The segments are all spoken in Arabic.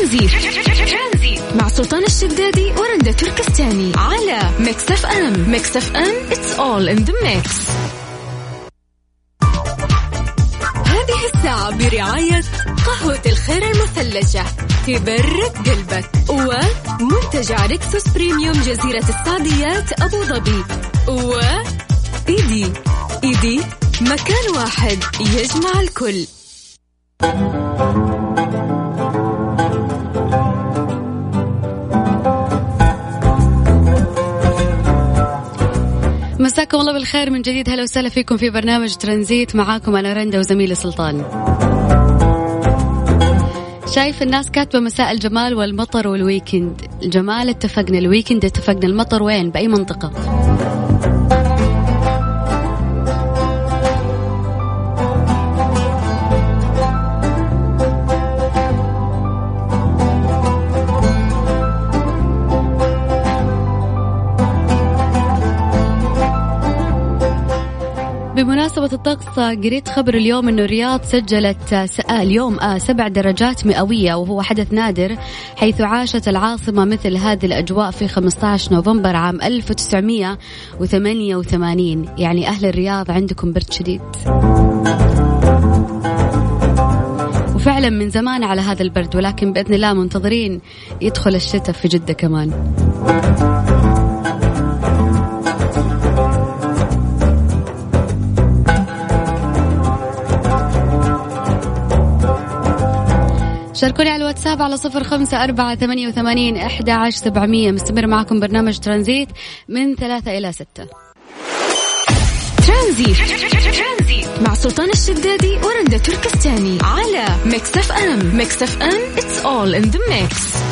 ترانزيت مع سلطان الشدادي ورندا تركستاني على ميكس اف ام. ميكس اف ام it's all in the mix. هذه الساعة برعاية قهوة الخير المثلجة تبرد قلبك، ومنتجع ريكسوس بريميوم جزيرة السعديات أبو ظبي، وإيدي مكان واحد يجمع الكل. مساكم الله بالخير من جديد. هلا وسهلا فيكم في برنامج ترانزيت، معاكم أنا رندا وزميلي سلطان. شايف الناس كاتبة مساء الجمال والمطر والويكند. الجمال اتفقنا، الويكند اتفقنا، المطر وين بأي منطقة؟ بمناسبة الطقس قريت خبر اليوم إنه الرياض سجلت اليوم 7 درجات مئوية، وهو حدث نادر حيث عاشت العاصمة مثل هذه الأجواء في 15 نوفمبر عام 1988. يعني أهل الرياض عندكم برد شديد، وفعلا من زمان على هذا البرد، ولكن بإذن الله منتظرين يدخل الشتاء في جدة كمان. شاركوني على الواتساب على 0548811700. مستمر معكم برنامج ترانزيت من 3 إلى 6. ترانزيت مع سلطان الشدادي ورندا تركستاني على ميكس اف ام. ميكس اف ام it's all in the mix.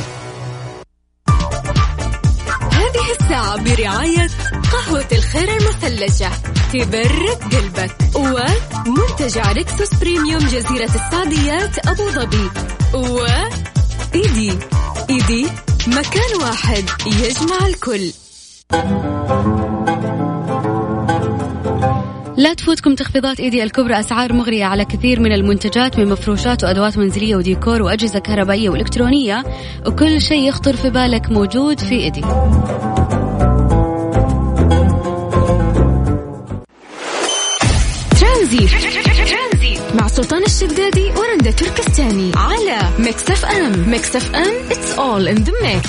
هذه الساعة برعاية قهوة الخير المثلجة تبرد قلبك، ومنتجع ريكسوس بريميوم جزيرة السعديات أبو ظبي، وإيدي مكان واحد يجمع الكل. لا تفوتكم تخفيضات إيدي الكبرى، أسعار مغرية على كثير من المنتجات من مفروشات وأدوات منزلية وديكور وأجهزة كهربائية وإلكترونية، وكل شيء يخطر في بالك موجود في إيدي. ترانزيت مع سلطان الشدادي ورندا تركستاني على ميكس اف ام. ميكس اف ام it's all in the mix.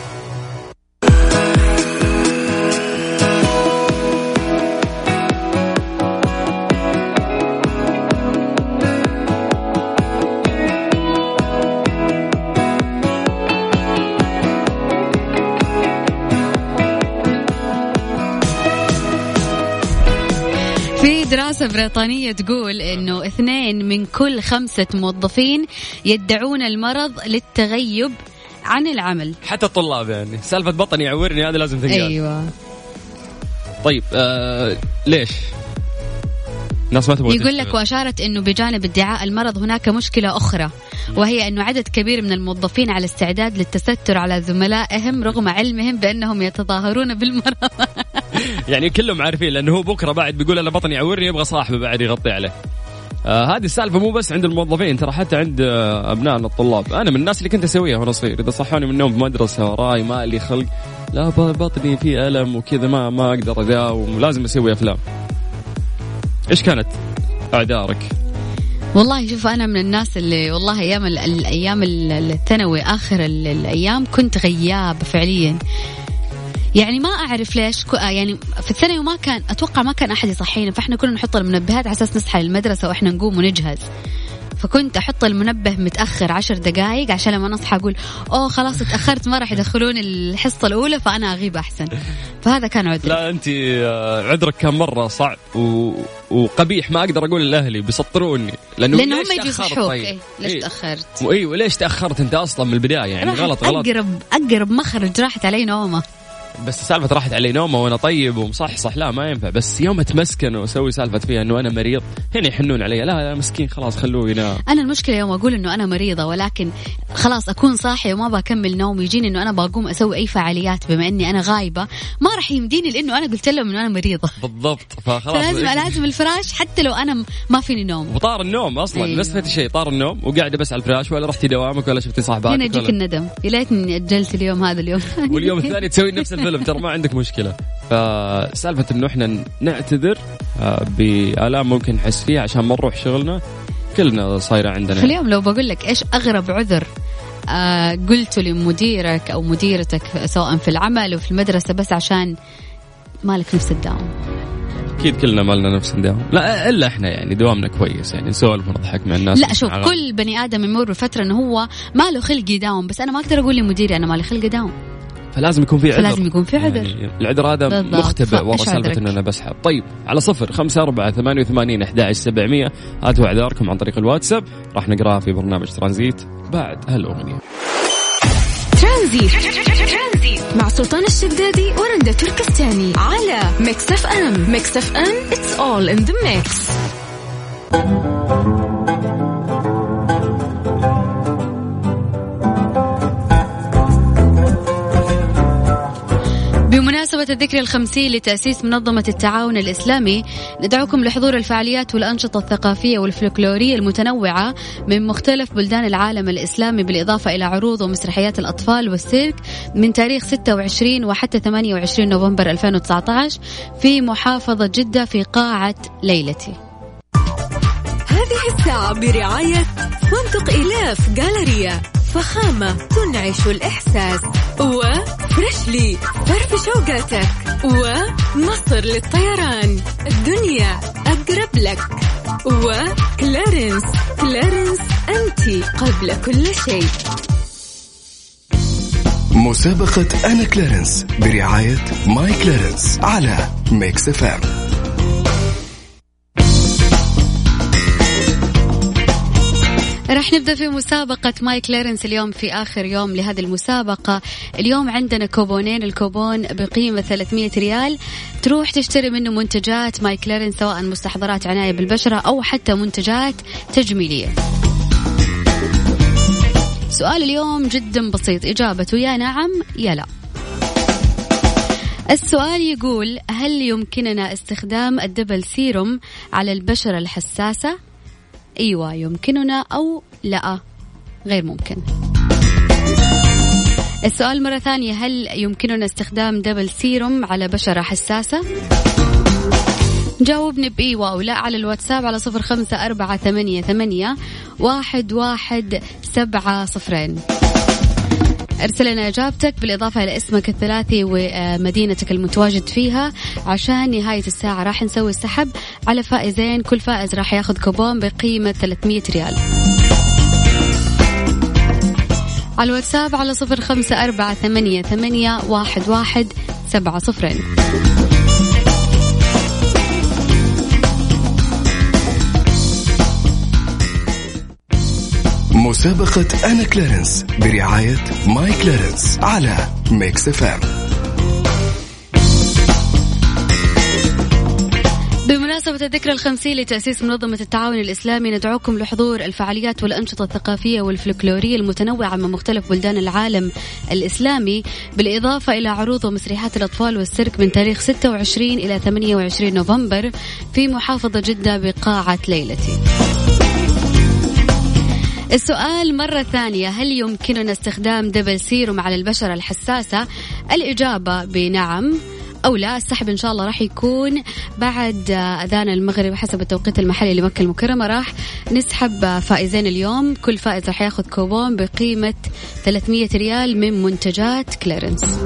دراسة بريطانية تقول إنه 2 من كل 5 موظفين يدعون المرض للتغيب عن العمل. حتى الطلاب، يعني سالفة بطني يعورني هذا لازم تنقال. أيوة. طيب ليش؟ الناس ما تبغى. يقول لك وأشارت إنه بجانب ادعاء المرض هناك مشكلة أخرى، وهي إنه عدد كبير من الموظفين على استعداد للتستر على زملائهم رغم علمهم بأنهم يتظاهرون بالمرض. يعني كلهم عارفين، لأنه هو بكرة بعد بيقول أنا بطني يعورني، يبغى صاحبه بعد يغطي عليه. هذه السالفة مو بس عند الموظفين، ترى حتى عند أبنائنا الطلاب. أنا من الناس اللي كنت أسويها وأنا صغير، إذا صحوني من النوم بمدرسة وراي ما لي خلق، لا بطني فيه ألم وكذا ما أقدر أداوم، لازم أسوي أفلام. إيش كانت أعذارك؟ والله شوف، أنا من الناس اللي والله أيام الثانوي آخر الأيام كنت غياب فعليا. يعني ما أعرف ليش، يعني في الثانوي ما كان أتوقع ما كان أحد يصحينا، فإحنا كنا نحط المنبهات على أساس نصحى للمدرسة وإحنا نقوم ونجهز. فكنت أحط المنبه متأخر 10 دقائق عشان لما نصحى أقول أوه خلاص اتأخرت ما راح يدخلون الحصة الأولى فأنا أغيب أحسن. فهذا كان عذر. لا أنت عذرك كان مرة صعب وقبيح، ما أقدر أقول لأهلي بيسطروني لأنه هم يجوا يصحوك. ليش تأخرت؟ أيوة ليش تأخرت أنت أصلا من البداية؟ يعني غلط. أقرب مخرج راحت علي نومة. بس سالفة راحت علي نومه وأنا طيب ومصحصح، لا ما ينفع. بس يوم أتمسكن وأسوي سالفة فيها إنه أنا مريض، هنا يحنون علي. لا مسكين خلاص خلوه ينام. أنا المشكلة يوم أقول إنه أنا مريضة ولكن خلاص أكون صاحية وما بكمل نوم، يجيني إنه أنا بقوم أسوي أي فعاليات بما إني أنا غايبة، ما راح يمديني لأنه أنا قلت لهم إنه أنا مريضة. بالضبط. فخلاص لازم الفراش حتى لو أنا ما فيني نوم. وطار النوم أصلا. أيوة. نسيت شيء، طار النوم وقاعدة بس على الفراش، ولا رحتي دوامك ولا شفتي صاحباتك. هنا يجيك الندم، يا ليتني أجلت اليوم هذا اليوم. واليوم الثاني تسوي نفس الفيلم، ترى ما عندك مشكلة. فسالفة إنه إحنا نعتذر بآلام ممكن نحس فيها عشان ما نروح شغلنا، كلنا صايرة عندنا. اليوم لو بقول لك إيش أغرب عذر قلت لمديرك أو مديرتك سواء في العمل وفي المدرسة بس عشان مالك نفس الدوام؟ أكيد كلنا مالنا نفس الدوام، لا إلا إحنا يعني دوامنا كويس، يعني نسولف ونضحك مع الناس. لا شوف، كل بني آدم يمر بفترة إنه هو ما له خلق يداوم، بس أنا ما أقدر أقول لمديري أنا ما لي خلق يداوم، فلازم يكون في عذر. فلازم يكون في عذر. يعني العذر هذا مختبئ ورا سالفة إنه أنا بسحب. طيب على 0548811700 هاتوا أعذاركم عن طريق الواتساب، راح نقراها في برنامج ترانزيت بعد هالأغنية. ترانزيت مع سلطان الشدادي ورندا تركستاني على ميكس اف ام. ميكس اف ام it's all in the mix. بمناسبة الذكرى الخمسين لتأسيس منظمة التعاون الإسلامي، ندعوكم لحضور الفعاليات والأنشطة الثقافية والفلكلورية المتنوعة من مختلف بلدان العالم الإسلامي، بالإضافة إلى عروض ومسرحيات الأطفال والسيرك من تاريخ 26 وحتى 28 نوفمبر 2019 في محافظة جدة في قاعة ليلتي. هذه الساعة برعاية فندق إلاف جالريا، فخامة تنعش الإحساس، وفريشلي فرف شوقاتك، ومصر للطيران الدنيا أقرب لك، وكلارنس أنت قبل كل شيء. مسابقة أنا كلارنس برعاية ماي كلارنس على ميكس اف ام. رح نبدأ في مسابقة ماي كلارنس اليوم في آخر يوم لهذه المسابقة. اليوم عندنا كوبونين، الكوبون بقيمة 300 ريال، تروح تشتري منه منتجات ماي كلارنس سواء مستحضرات عناية بالبشرة أو حتى منتجات تجميلية. سؤال اليوم جدا بسيط، إجابته يا نعم يا لا. السؤال يقول: هل يمكننا استخدام الدبل سيروم على البشرة الحساسة؟ أيوة يمكننا أو لا غير ممكن. السؤال مرة ثانية: هل يمكننا استخدام دبل سيروم على بشرة حساسة؟ جاوبني بأيوة أو لا على الواتساب على 0548811700. ارسل لنا إجابتك بالإضافة إلى اسمك الثلاثي ومدينتك المتواجد فيها، عشان نهاية الساعة راح نسوي السحب على فائزين، كل فائز راح ياخذ كوبون بقيمة 300 ريال. على الواتساب على 0548811700. مسابقة أنا كلارنس برعاية ماي كلارنس على ميكس اف ام. بمناسبة الذكرى الخمسين لتأسيس منظمة التعاون الإسلامي، ندعوكم لحضور الفعاليات والأنشطة الثقافية والفلكلورية المتنوعة من مختلف بلدان العالم الإسلامي، بالإضافة إلى عروض ومسرحيات الأطفال والسيرك من تاريخ 26 إلى 28 نوفمبر في محافظة جدة بقاعة ليلتي. السؤال مرة ثانية: هل يمكننا استخدام دبل سيروم على البشرة الحساسة؟ الإجابة بنعم أو لا. السحب إن شاء الله راح يكون بعد أذان المغرب حسب التوقيت المحلي لمكة المكرمة. راح نسحب فائزين اليوم، كل فائز راح ياخذ كوبون بقيمة 300 ريال من منتجات كلارنس.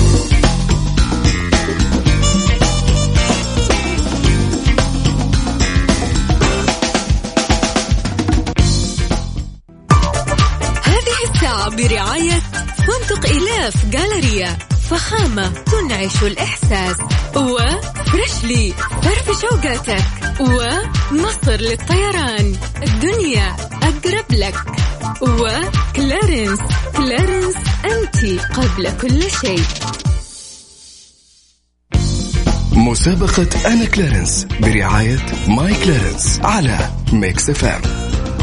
برعاية فندق إلاف جالريا، فخامة تنعش الإحساس، وفريشلي فرف شوقاتك، ومصر للطيران الدنيا أقرب لك، وكلارنس أنت قبل كل شيء. مسابقة أنا كلارنس برعاية ماي كلارنس على ميكس اف ام.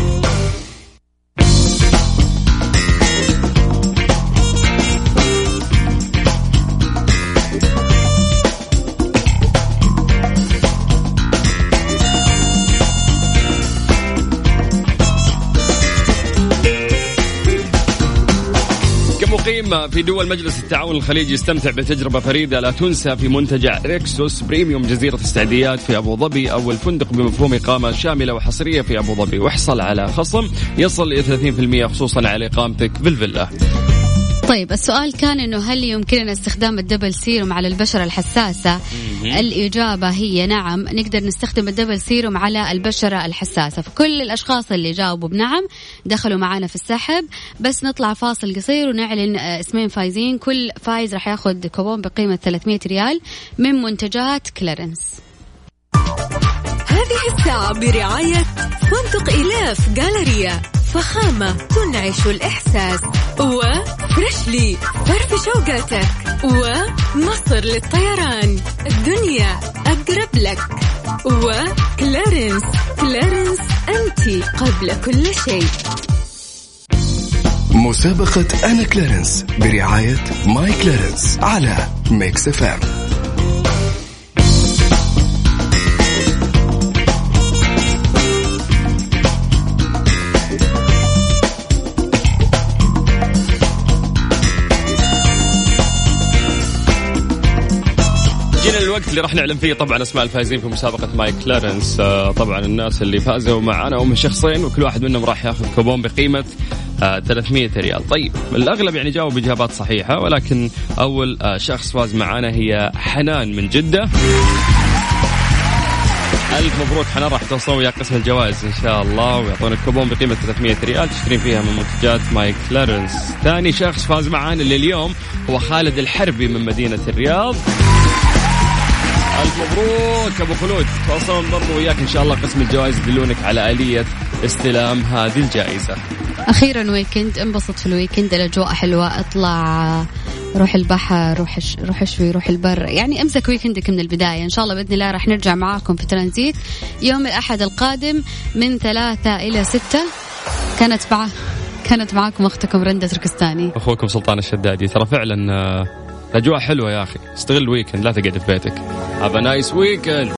مقيم في دول مجلس التعاون الخليجي استمتع بتجربة فريدة لا تنسى في منتجع ريكسوس بريميوم جزيرة استعداديات في أبو ظبي، أول فندق بمفهوم إقامة شاملة وحصرية في أبو ظبي، واحصل على خصم يصل إلى 30% خصوصا على إقامتك بالفيلا. طيب السؤال كان إنه هل يمكننا استخدام الدبل سيروم على البشرة الحساسة؟ الإجابة هي نعم، نقدر نستخدم الدبل سيروم على البشرة الحساسة. فكل الأشخاص اللي جاوبوا بنعم دخلوا معانا في السحب. بس نطلع فاصل قصير ونعلن اسمين فايزين. كل فايز رح ياخد كوبون بقيمة 300 ريال من منتجات كلارنس. هذه الساعة برعاية فندق إلاف جالريا، فخامة تنعش الإحساس، وفريشلي فرف شوقاتك، ومصر للطيران الدنيا أقرب لك، وكلارنس أنت قبل كل شيء. مسابقة أنا كلارنس برعاية ماي كلارنس على ميكس اف ام. جينا الوقت اللي راح نعلم فيه طبعا اسماء الفائزين في مسابقة ماي كلارنس. طبعا الناس اللي فازوا معنا هم شخصين، وكل واحد منهم راح ياخذ كوبون بقيمة 300 ريال. طيب الأغلب يعني جاوب إجابات صحيحة، ولكن أول شخص فاز معنا هي حنان من جدة. ألف مبروك حنان، راح توصلوا ويا قسم الجوائز إن شاء الله، ويعطونك كوبون بقيمة 300 ريال تشترين فيها من منتجات ماي كلارنس. ثاني شخص فاز معنا لليوم هو خالد الحربي من مدينة الرياض. ألف مبروك أبو خلود، توصلون برضو وياك إن شاء الله قسم الجوائز يدلونك على آلية استلام هذه الجائزة. أخيرا ويكند، انبسط في الويكند، الأجواء حلوة، اطلع روح البحر، روح شوي، روح البر، يعني امسك ويكندك من البداية. إن شاء الله بإذن الله راح نرجع معاكم في ترانزيت يوم الأحد القادم من 3 إلى 6. كانت معاكم أختكم رندة تركستاني، أخوكم سلطان الشدادي. ترى فعلا أجواء حلوة يا أخي، استغل الويكند، لا تقعد في بيتك. Have a nice weekend.